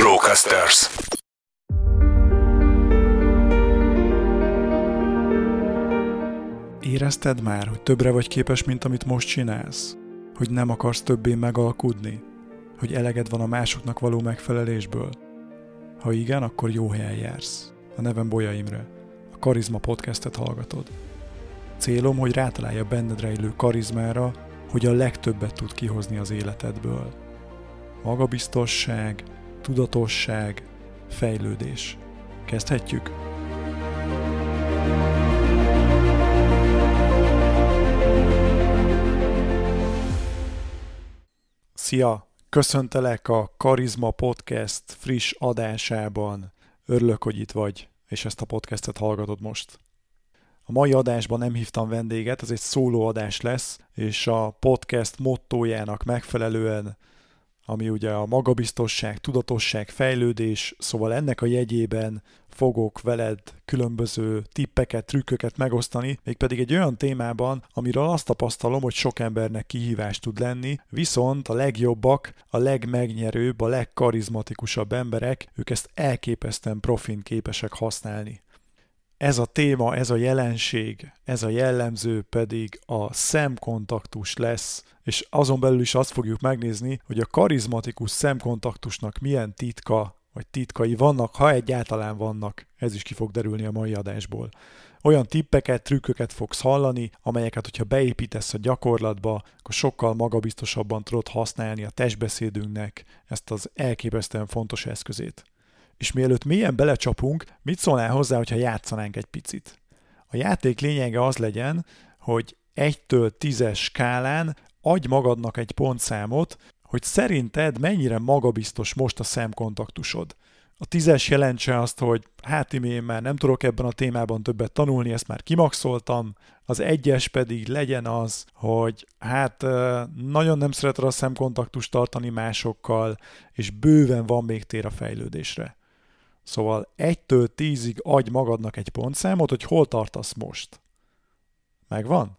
Brocasters. Érezted már, hogy többre vagy képes, mint amit most csinálsz? Hogy nem akarsz többé megalkudni? Hogy eleged van a másoknak való megfelelésből? Ha igen, akkor jó helyen jársz. A nevem Bolya Imre. A Karizma podcastet hallgatod. Célom, hogy rátalálj a benned rejlő karizmára, hogy a legtöbbet tud kihozni az életedből. Magabiztosság, tudatosság, fejlődés. Kezdhetjük? Szia! Köszöntelek a Karizma Podcast friss adásában. Örülök, hogy itt vagy, és ezt a podcastet hallgatod most. A mai adásban nem hívtam vendéget, ez egy szóló adás lesz, és a podcast mottójának megfelelően, ami ugye a magabiztosság, tudatosság, fejlődés, szóval ennek a jegyében fogok veled különböző tippeket, trükköket megosztani, mégpedig egy olyan témában, amiről azt tapasztalom, hogy sok embernek kihívás tud lenni, viszont a legjobbak, a legmegnyerőbb, a legkarizmatikusabb emberek, ők ezt elképesztően profin képesek használni. Ez a téma, ez a jelenség, ez a jellemző pedig a szemkontaktus lesz, és azon belül is azt fogjuk megnézni, hogy a karizmatikus szemkontaktusnak milyen titka vagy titkai vannak, ha egyáltalán vannak. Ez is ki fog derülni a mai adásból. Olyan tippeket, trükköket fogsz hallani, amelyeket, hogyha beépítesz a gyakorlatba, akkor sokkal magabiztosabban tudod használni a testbeszédünknek ezt az elképesztően fontos eszközét. És mielőtt mélyen belecsapunk, mit szólnál hozzá, hogyha játszanánk egy picit? A játék lényege az legyen, hogy 1-től 10-es skálán adj magadnak egy pontszámot, hogy szerinted mennyire magabiztos most a szemkontaktusod. A 10-es jelentse azt, hogy én már nem tudok ebben a témában többet tanulni, ezt már kimaxoltam. Az 1-es pedig legyen az, hogy nagyon nem szereted a szemkontaktust tartani másokkal, és bőven van még tér a fejlődésre. Szóval 1-től 10-ig adj magadnak egy pontszámot, hogy hol tartasz most. Megvan?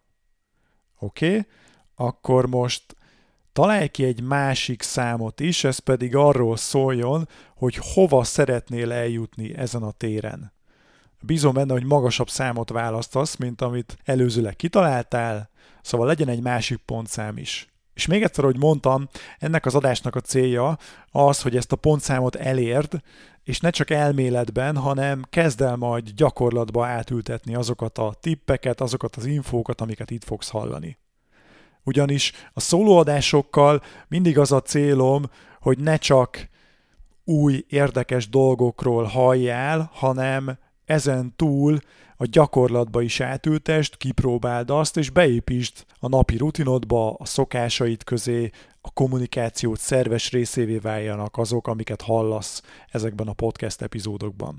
Oké. Akkor most találj ki egy másik számot is, ez pedig arról szóljon, hogy hova szeretnél eljutni ezen a téren. Bízom benne, hogy magasabb számot választasz, mint amit előzőleg kitaláltál, szóval legyen egy másik pontszám is. És még egyszer, ahogy mondtam, ennek az adásnak a célja az, hogy ezt a pontszámot elérd, és ne csak elméletben, hanem kezd el majd gyakorlatba átültetni azokat a tippeket, azokat az infókat, amiket itt fogsz hallani. Ugyanis a szólóadásokkal mindig az a célom, hogy ne csak új, érdekes dolgokról halljál, hanem ezen túl a gyakorlatba is átültest, kipróbáld azt, és beépítsd a napi rutinodba, a szokásaid közé, a kommunikációt szerves részévé váljanak azok, amiket hallasz ezekben a podcast epizódokban.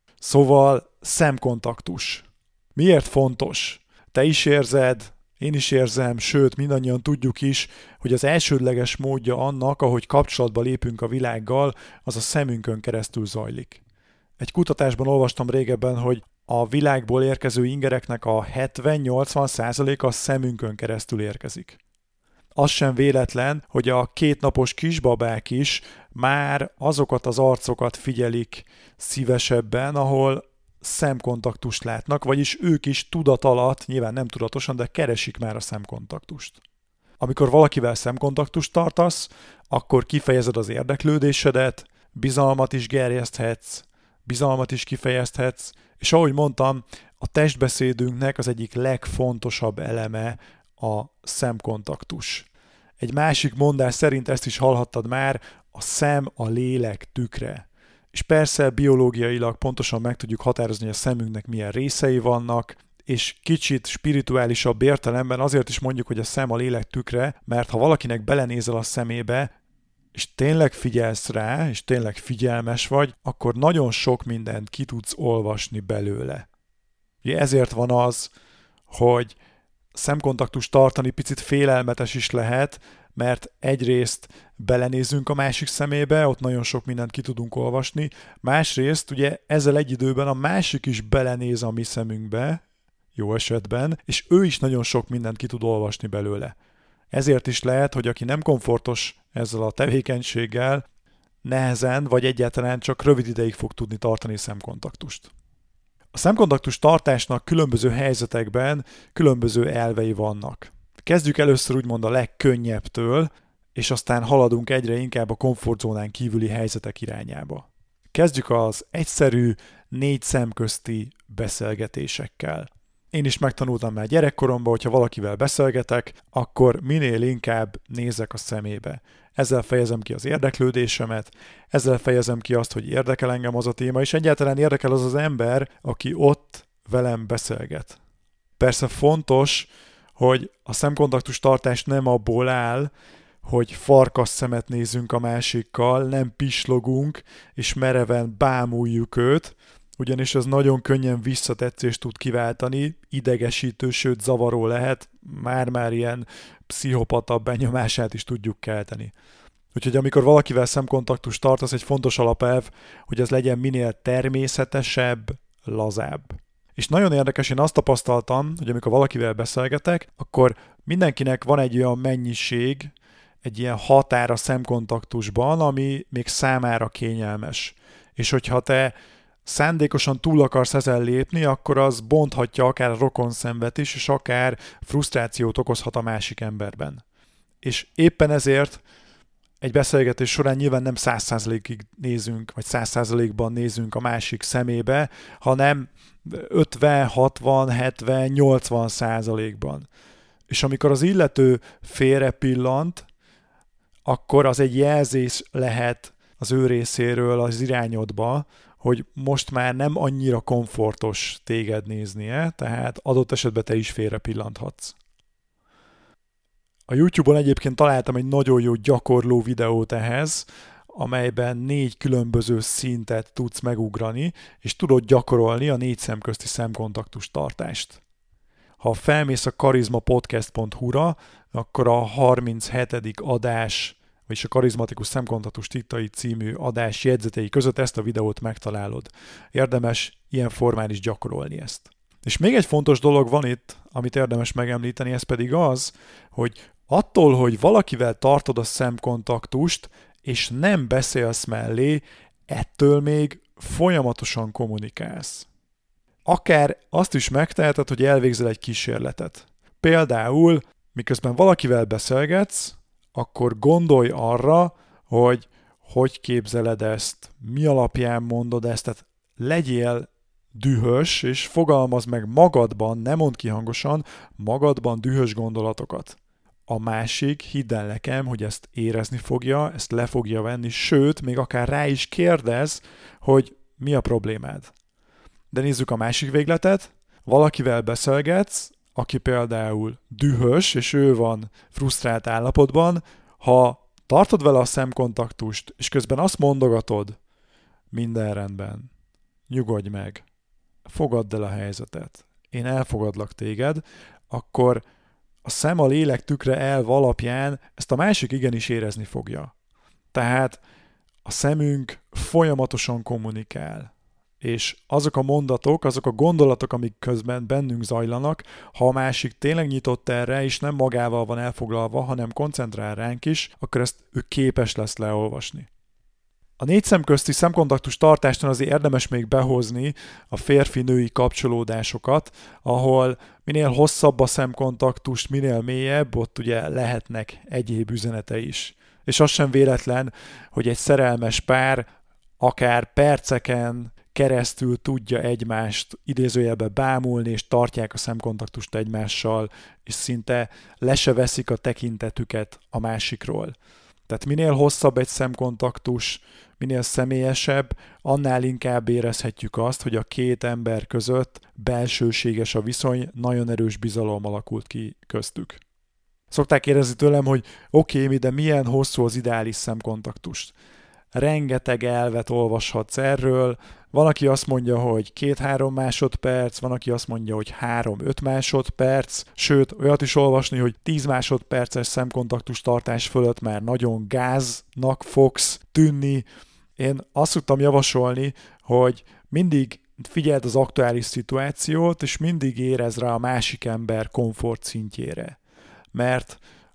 Szóval szemkontaktus. Miért fontos? Te is érzed, én is érzem, sőt mindannyian tudjuk is, hogy az elsődleges módja annak, ahogy kapcsolatba lépünk a világgal, az a szemünkön keresztül zajlik. Egy kutatásban olvastam régebben, hogy a világból érkező ingereknek a 70-80%-a a szemünkön keresztül érkezik. Az sem véletlen, hogy a 2 napos kisbabák is már azokat az arcokat figyelik szívesebben, ahol szemkontaktust látnak, vagyis ők is tudat alatt, nyilván nem tudatosan, de keresik már a szemkontaktust. Amikor valakivel szemkontaktust tartasz, akkor kifejezed az érdeklődésedet, bizalmat is gerjeszthetsz, bizalmat is kifejezhetsz, és ahogy mondtam, a testbeszédünknek az egyik legfontosabb eleme a szemkontaktus. Egy másik mondás szerint ezt is hallhattad már, a szem a lélek tükre. És persze biológiailag pontosan meg tudjuk határozni, hogy a szemünknek milyen részei vannak, és kicsit spirituálisabb értelemben azért is mondjuk, hogy a szem a lélek tükre, mert ha valakinek belenézel a szemébe, és tényleg figyelsz rá, és tényleg figyelmes vagy, akkor nagyon sok mindent ki tudsz olvasni belőle. Ugye ezért van az, hogy szemkontaktust tartani picit félelmetes is lehet, mert egyrészt belenézünk a másik szemébe, ott nagyon sok mindent ki tudunk olvasni, másrészt ugye ezzel egy időben a másik is belenéz a mi szemünkbe, jó esetben, és ő is nagyon sok mindent ki tud olvasni belőle. Ezért is lehet, hogy aki nem komfortos ezzel a tevékenységgel, nehezen vagy egyáltalán csak rövid ideig fog tudni tartani szemkontaktust. A szemkontaktus tartásnak különböző helyzetekben különböző elvei vannak. Kezdjük először úgymond a legkönnyebbtől, és aztán haladunk egyre inkább a komfortzónán kívüli helyzetek irányába. Kezdjük az egyszerű, 4 szem közti beszélgetésekkel. Én is megtanultam már gyerekkoromban, hogyha valakivel beszélgetek, akkor minél inkább nézek a szemébe. Ezzel fejezem ki az érdeklődésemet, ezzel fejezem ki azt, hogy érdekel engem az a téma, és egyáltalán érdekel az az ember, aki ott velem beszélget. Persze fontos, hogy a szemkontaktus tartás nem abból áll, hogy farkas szemet nézünk a másikkal, nem pislogunk, és mereven bámuljuk őt, ugyanis ez nagyon könnyen visszatetszést tud kiváltani, idegesítő, sőt zavaró lehet, már ilyen pszichopata benyomását is tudjuk kelteni. Úgyhogy amikor valakivel szemkontaktust tartasz, egy fontos alapelv, hogy ez legyen minél természetesebb, lazább. És nagyon érdekes, én azt tapasztaltam, hogy amikor valakivel beszélgetek, akkor mindenkinek van egy olyan mennyiség, egy ilyen határ a szemkontaktusban, ami még számára kényelmes. És hogyha te szándékosan túl akarsz ezen lépni, akkor az bonthatja akár a rokonszenvet is, és akár frusztrációt okozhat a másik emberben. És éppen ezért egy beszélgetés során nyilván nem 100%-ig nézünk, vagy 100%-ban nézünk a másik szemébe, hanem 50, 60, 70, 80%-ban. És amikor az illető félre pillant, akkor az egy jelzés lehet az ő részéről az irányodba, hogy most már nem annyira komfortos téged néznie, tehát adott esetben te is félre pillanthatsz. A YouTube-on egyébként találtam egy nagyon jó gyakorló videót ehhez, amelyben 4 különböző szintet tudsz megugrani, és tudod gyakorolni a 4 szem közti szemkontaktus tartást. Ha felmész a karizmapodcast.hu-ra, akkor a 37. adás, vagyis a Karizmatikus Szemkontaktus Titai című adás jegyzetei között ezt a videót megtalálod. Érdemes ilyen formán is gyakorolni ezt. És még egy fontos dolog van itt, amit érdemes megemlíteni, ez pedig az, hogy attól, hogy valakivel tartod a szemkontaktust, és nem beszélsz mellé, ettől még folyamatosan kommunikálsz. Akár azt is megteheted, hogy elvégzel egy kísérletet. Például, miközben valakivel beszélgetsz, akkor gondolj arra, hogy képzeled ezt, mi alapján mondod ezt, tehát legyél dühös, és fogalmazd meg magadban, ne mondd ki hangosan, magadban dühös gondolatokat. A másik, hidd el nekem, hogy ezt érezni fogja, ezt le fogja venni, sőt, még akár rá is kérdez, hogy mi a problémád. De nézzük a másik végletet. Valakivel beszélgetsz, aki például dühös, és ő van frusztrált állapotban, ha tartod vele a szemkontaktust, és közben azt mondogatod, minden rendben, nyugodj meg, fogadd el a helyzetet, én elfogadlak téged, akkor a szem a lélek tükre elv alapján ezt a másik igenis érezni fogja. Tehát a szemünk folyamatosan kommunikál. És azok a mondatok, azok a gondolatok, amik közben bennünk zajlanak, ha a másik tényleg nyitott erre, és nem magával van elfoglalva, hanem koncentrál ránk is, akkor ezt ő képes lesz leolvasni. A 4 szem közti szemkontaktus tartáston azért érdemes még behozni a férfi-női kapcsolódásokat, ahol minél hosszabb a szemkontaktus, minél mélyebb, ott ugye lehetnek egyéb üzenete is. És az sem véletlen, hogy egy szerelmes pár akár perceken keresztül tudja egymást idézőjelben bámulni, és tartják a szemkontaktust egymással, és szinte le se veszik a tekintetüket a másikról. Tehát minél hosszabb egy szemkontaktus, minél személyesebb, annál inkább érezhetjük azt, hogy a két ember között belsőséges a viszony, nagyon erős bizalom alakult ki köztük. Szokták kérdezni tőlem, hogy oké, de milyen hosszú az ideális szemkontaktus? Rengeteg elvet olvashatsz erről, van, aki azt mondja, hogy 2-3 másodperc, van, aki azt mondja, hogy 3-5 másodperc, sőt, olyat is olvasni, hogy 10 másodperces szemkontaktus tartás fölött már nagyon gáznak fogsz tűnni. Én azt szoktam javasolni, hogy mindig figyeld az aktuális szituációt, és mindig érezd rá a másik ember komfort szintjére. Mert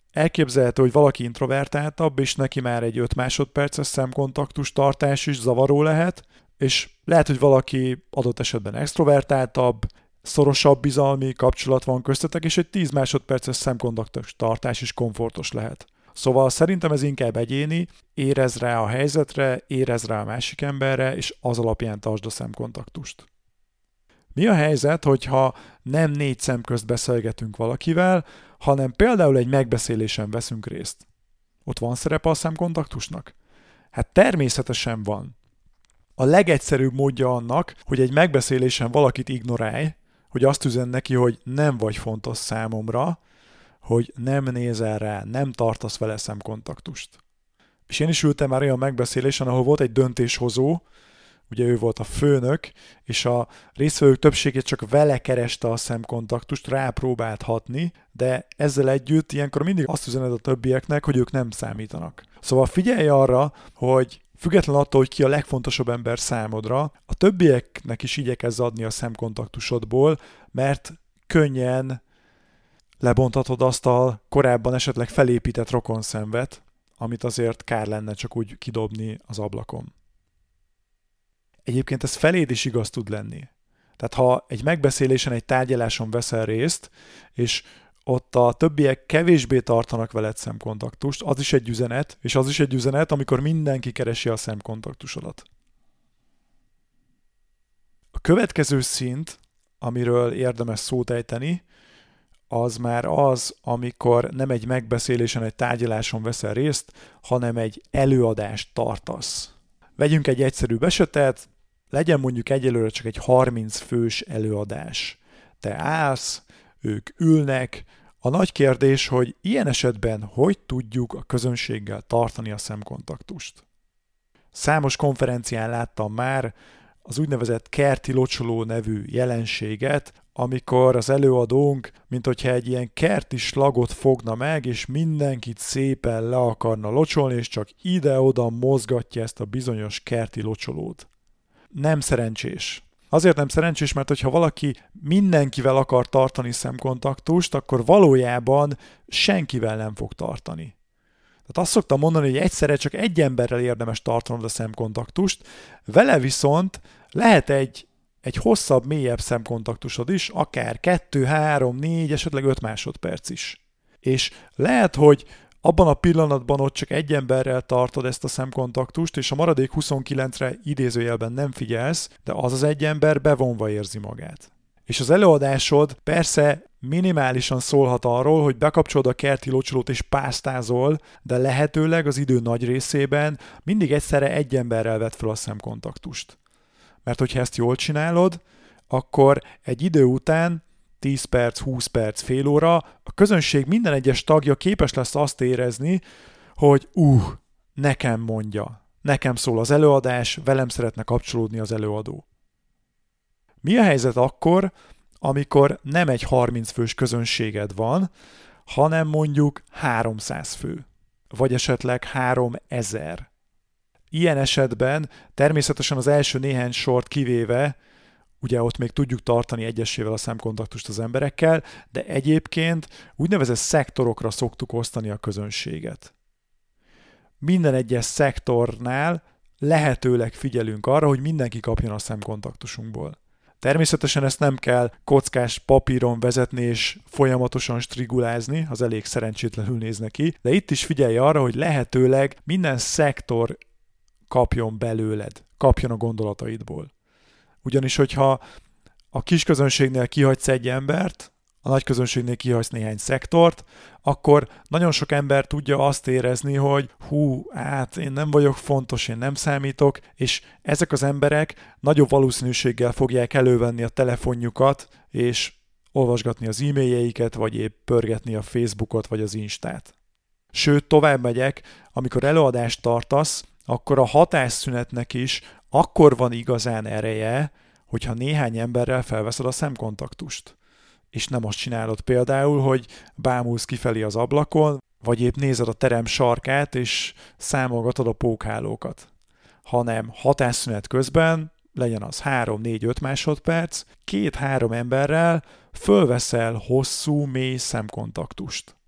Elképzelhető, hogy valaki introvertáltabb, és neki már egy 5 másodperces szemkontaktus tartás is zavaró lehet, és lehet, hogy valaki adott esetben extrovertáltabb, szorosabb bizalmi kapcsolat van köztetek, és egy 10 másodperces szemkontaktus tartás is komfortos lehet. Szóval szerintem ez inkább egyéni, érezd rá a helyzetre, érezd rá a másik emberre, és az alapján tartsd a szemkontaktust. Mi a helyzet, hogyha nem 4 szem közt beszélgetünk valakivel, hanem például egy megbeszélésen veszünk részt? Ott van szerepe a szemkontaktusnak? Hát természetesen van. A legegyszerűbb módja annak, hogy egy megbeszélésen valakit ignorálj, hogy azt üzen neki, hogy nem vagy fontos számomra, hogy nem nézel rá, nem tartasz vele szemkontaktust. És én is ültem már olyan megbeszélésen, ahol volt egy döntéshozó, ugye ő volt a főnök, és a résztvevők többségét csak vele kereste a szemkontaktust, rápróbált hatni, de ezzel együtt ilyenkor mindig azt üzened a többieknek, hogy ők nem számítanak. Szóval figyelj arra, hogy független attól, hogy ki a legfontosabb ember számodra, a többieknek is igyekezz adni a szemkontaktusodból, mert könnyen lebontatod azt a korábban esetleg felépített rokonszenvet, amit azért kár lenne csak úgy kidobni az ablakon. Egyébként ez feléd is igaz tud lenni. Tehát ha egy megbeszélésen, egy tárgyaláson veszel részt, és ott a többiek kevésbé tartanak veled szemkontaktust, az is egy üzenet, és az is egy üzenet, amikor mindenki keresi a szemkontaktusodat. A következő szint, amiről érdemes szót ejteni, az már az, amikor nem egy megbeszélésen, egy tárgyaláson veszel részt, hanem egy előadást tartasz. Vegyünk egy egyszerűbb esetet, legyen mondjuk egyelőre csak egy 30 fős előadás. Te állsz, ők ülnek. A nagy kérdés, hogy ilyen esetben hogy tudjuk a közönséggel tartani a szemkontaktust. Számos konferencián láttam már az úgynevezett kerti locsoló nevű jelenséget, amikor az előadónk, mint hogyha egy ilyen kerti slagot fogna meg, és mindenkit szépen le akarna locsolni, és csak ide-oda mozgatja ezt a bizonyos kerti locsolót. Nem szerencsés. Azért nem szerencsés, mert hogyha valaki mindenkivel akar tartani szemkontaktust, akkor valójában senkivel nem fog tartani. Tehát azt szoktam mondani, hogy egyszerre csak egy emberrel érdemes tartanod a szemkontaktust, vele viszont lehet egy hosszabb, mélyebb szemkontaktusod is, akár 2, 3, 4, esetleg 5 másodperc is. És lehet, hogy abban a pillanatban ott csak egy emberrel tartod ezt a szemkontaktust, és a maradék 29-re idézőjelben nem figyelsz, de az az egy ember bevonva érzi magát. És az előadásod persze minimálisan szólhat arról, hogy bekapcsolod a kerti locsolót és pásztázol, de lehetőleg az idő nagy részében mindig egyszerre egy emberrel vedd fel a szemkontaktust. Mert hogyha ezt jól csinálod, akkor egy idő után 10 perc, 20 perc, fél óra a közönség minden egyes tagja képes lesz azt érezni, hogy nekem mondja, nekem szól az előadás, velem szeretne kapcsolódni az előadó. Mi a helyzet akkor, amikor nem egy 30 fős közönséged van, hanem mondjuk 300 fő, vagy esetleg 3000. Ilyen esetben természetesen az első néhány sort kivéve, ugye ott még tudjuk tartani egyesével a szemkontaktust az emberekkel, de egyébként úgynevezett szektorokra szoktuk osztani a közönséget. Minden egyes szektornál lehetőleg figyelünk arra, hogy mindenki kapjon a szemkontaktusunkból. Természetesen ezt nem kell kockás papíron vezetni és folyamatosan strigulázni, az elég szerencsétlenül néz neki, de itt is figyelj arra, hogy lehetőleg minden szektor kapjon belőled, kapjon a gondolataidból. Ugyanis, hogyha a kis közönségnél kihagysz egy embert, a nagy közönségnél kihagysz néhány szektort, akkor nagyon sok ember tudja azt érezni, hogy én nem vagyok fontos, én nem számítok, és ezek az emberek nagyobb valószínűséggel fogják elővenni a telefonjukat, és olvasgatni az e-mailjeiket, vagy épp pörgetni a Facebookot, vagy az Instát. Sőt, tovább megyek, amikor előadást tartasz, akkor a hatásszünetnek is akkor van igazán ereje, hogyha néhány emberrel felveszed a szemkontaktust. És nem azt csinálod például, hogy bámulsz kifelé az ablakon, vagy épp nézed a terem sarkát, és számolgatod a pókhálókat. Hanem hatásszünet közben, legyen az 3-4-5 másodperc, 2-3 emberrel fölveszel hosszú, mély szemkontaktust.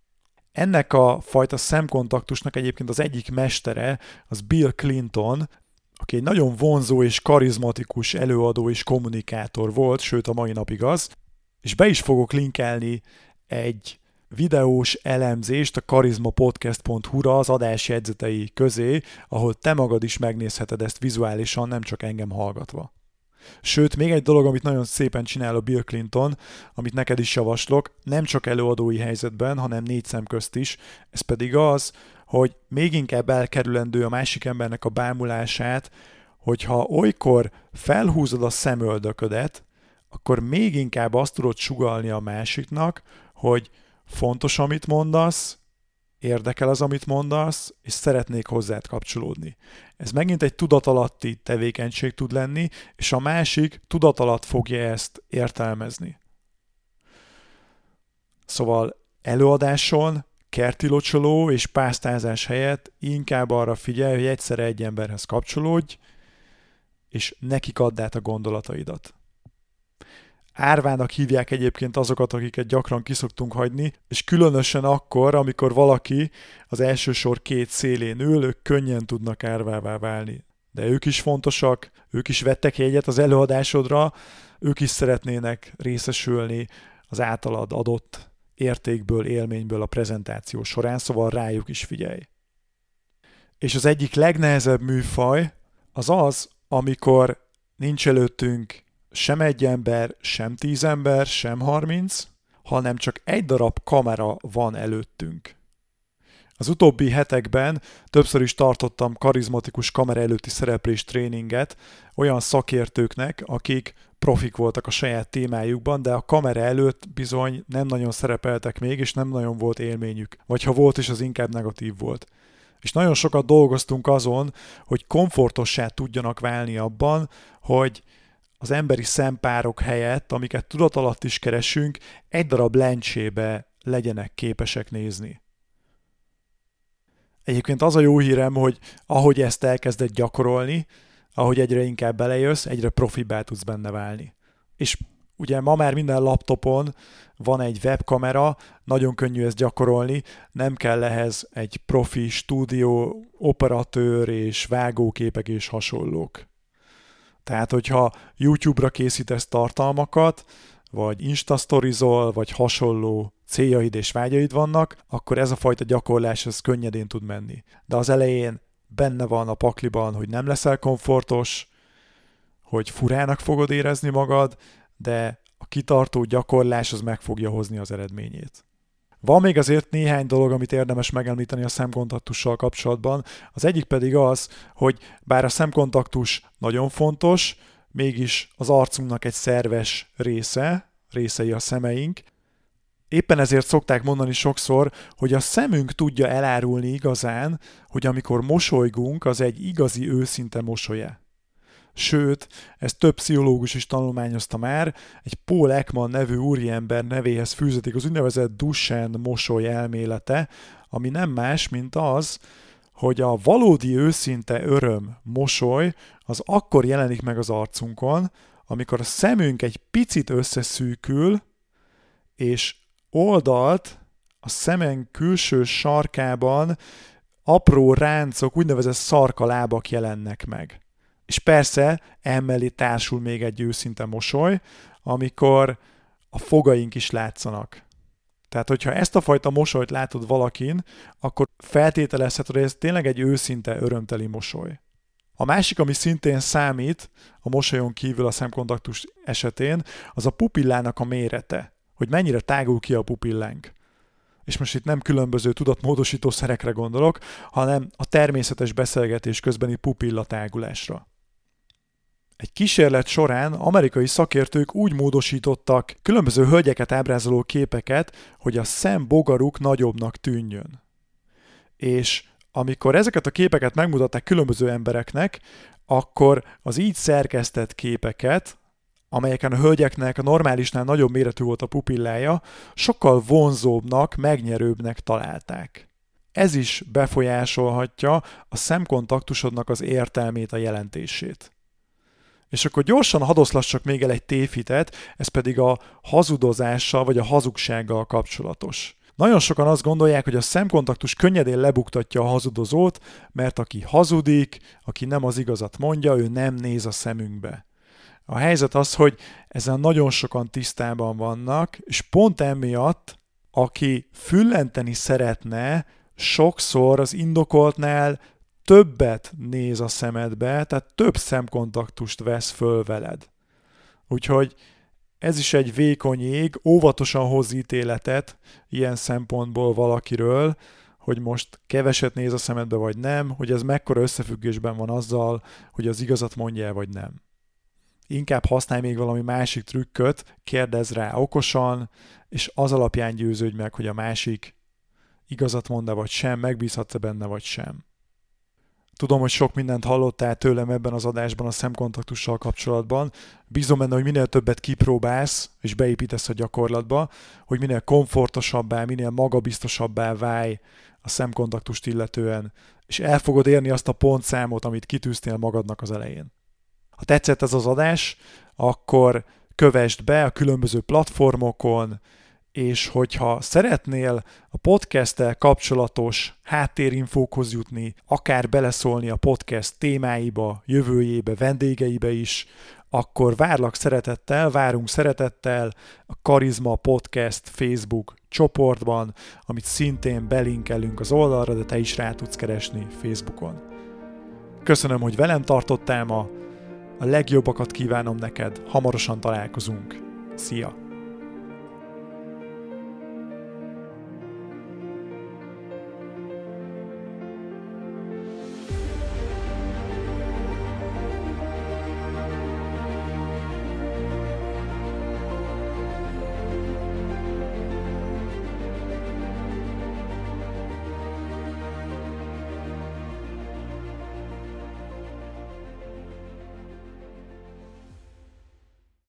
Ennek a fajta szemkontaktusnak egyébként az egyik mestere, az Bill Clinton, aki egy nagyon vonzó és karizmatikus előadó és kommunikátor volt, sőt a mai napig az, és be is fogok linkelni egy videós elemzést a karizmapodcast.hu-ra az adás jegyzetei közé, ahol te magad is megnézheted ezt vizuálisan, nem csak engem hallgatva. Sőt, még egy dolog, amit nagyon szépen csinál a Bill Clinton, amit neked is javaslok, nem csak előadói helyzetben, hanem négy szem közt is, ez pedig az, hogy még inkább elkerülendő a másik embernek a bámulását, hogyha olykor felhúzod a szemöldöködet, akkor még inkább azt tudod sugallni a másiknak, hogy fontos, amit mondasz, érdekel az, amit mondasz, és szeretnék hozzád kapcsolódni. Ez megint egy tudatalatti tevékenység tud lenni, és a másik tudatalatt fogja ezt értelmezni. Szóval előadáson, kertilocsoló és pásztázás helyett inkább arra figyelj, hogy egyszerre egy emberhez kapcsolódj, és nekik add át a gondolataidat. Árvának hívják egyébként azokat, akiket gyakran kiszoktunk hagyni, és különösen akkor, amikor valaki az első sor két szélén ül, ők könnyen tudnak árvává válni. De ők is fontosak, ők is vettek jegyet az előadásodra, ők is szeretnének részesülni az általad adott értékből, élményből a prezentáció során, szóval rájuk is figyelj. És az egyik legnehezebb műfaj az az, amikor nincs előttünk sem egy ember, sem 10 ember, sem 30, hanem csak egy darab kamera van előttünk. Az utóbbi hetekben többször is tartottam karizmatikus kamera előtti szereplés tréninget olyan szakértőknek, akik profik voltak a saját témájukban, de a kamera előtt bizony nem nagyon szerepeltek még, és nem nagyon volt élményük. Vagy ha volt is, az inkább negatív volt. És nagyon sokat dolgoztunk azon, hogy komfortossá tudjanak válni abban, hogy az emberi szempárok helyett, amiket tudatalatt is keresünk, egy darab lencsébe legyenek képesek nézni. Egyébként az a jó hírem, hogy ahogy ezt elkezded gyakorolni, ahogy egyre inkább belejössz, egyre profibbá tudsz benne válni. És ugye ma már minden laptopon van egy webkamera, nagyon könnyű ezt gyakorolni, nem kell ehhez egy profi stúdió, operatőr és vágóképek és hasonlók. Tehát, hogyha YouTube-ra készítesz tartalmakat, vagy instastorizol, vagy hasonló céljaid és vágyaid vannak, akkor ez a fajta gyakorlás ez könnyedén tud menni. De az elején benne van a pakliban, hogy nem leszel komfortos, hogy furának fogod érezni magad, de a kitartó gyakorlás az meg fogja hozni az eredményét. Van még azért néhány dolog, amit érdemes megemlíteni a szemkontaktussal kapcsolatban. Az egyik pedig az, hogy bár a szemkontaktus nagyon fontos, mégis az arcunknak egy szerves részei a szemeink. Éppen ezért szokták mondani sokszor, hogy a szemünk tudja elárulni igazán, hogy amikor mosolygunk, az egy igazi őszinte mosolya. Sőt, ezt több pszichológus is tanulmányozta már, egy Paul Ekman nevű úriember nevéhez fűződik az úgynevezett Duchenne mosoly elmélete, ami nem más, mint az, hogy a valódi őszinte öröm, mosoly, az akkor jelenik meg az arcunkon, amikor a szemünk egy picit összeszűkül, és oldalt a szemen külső sarkában apró ráncok, úgynevezett szarkalábak jelennek meg. És persze emellé társul még egy őszinte mosoly, amikor a fogaink is látszanak. Tehát, hogyha ezt a fajta mosolyt látod valakin, akkor feltételezheted, hogy ez tényleg egy őszinte, örömteli mosoly. A másik, ami szintén számít a mosolyon kívül a szemkontaktus esetén, az a pupillának a mérete, hogy mennyire tágul ki a pupillánk. És most itt nem különböző tudatmódosító szerekre gondolok, hanem a természetes beszélgetés közbeni pupillatágulásra. Egy kísérlet során amerikai szakértők úgy módosítottak különböző hölgyeket ábrázoló képeket, hogy a szembogaruk nagyobbnak tűnjön. És amikor ezeket a képeket megmutatták különböző embereknek, akkor az így szerkesztett képeket, amelyeken a hölgyeknek a normálisnál nagyobb méretű volt a pupillája, sokkal vonzóbbnak, megnyerőbbnek találták. Ez is befolyásolhatja a szemkontaktusodnak az értelmét, a jelentését. És akkor gyorsan hadd oszlassak még el egy tévhitet, ez pedig a hazudozással vagy a hazugsággal kapcsolatos. Nagyon sokan azt gondolják, hogy a szemkontaktus könnyedén lebuktatja a hazudozót, mert aki hazudik, aki nem az igazat mondja, ő nem néz a szemünkbe. A helyzet az, hogy ezen nagyon sokan tisztában vannak, és pont emiatt, aki füllenteni szeretne, sokszor az indokoltnál többet néz a szemedbe, tehát több szemkontaktust vesz föl veled. Úgyhogy ez is egy vékony jég, óvatosan hoz ítéletet ilyen szempontból valakiről, hogy most keveset néz a szemedbe vagy nem, hogy ez mekkora összefüggésben van azzal, hogy az igazat mondja vagy nem. Inkább használj még valami másik trükköt, kérdezz rá okosan, és az alapján győződj meg, hogy a másik igazat mond-e vagy sem, megbízhatsz-e benne vagy sem. Tudom, hogy sok mindent hallottál tőlem ebben az adásban a szemkontaktussal kapcsolatban. Bízom benne, hogy minél többet kipróbálsz és beépítesz a gyakorlatba, hogy minél komfortosabbá, minél magabiztosabbá válj a szemkontaktust illetően, és el fogod érni azt a pontszámot, amit kitűztél magadnak az elején. Ha tetszett ez az adás, akkor kövesd be a különböző platformokon, és hogyha szeretnél a podcasttel kapcsolatos háttérinfókhoz jutni, akár beleszólni a podcast témáiba, jövőjébe, vendégeibe is, akkor várunk szeretettel a Karizma Podcast Facebook csoportban, amit szintén belinkelünk az oldalra, de te is rá tudsz keresni Facebookon. Köszönöm, hogy velem tartottál ma, a legjobbakat kívánom neked, hamarosan találkozunk. Szia!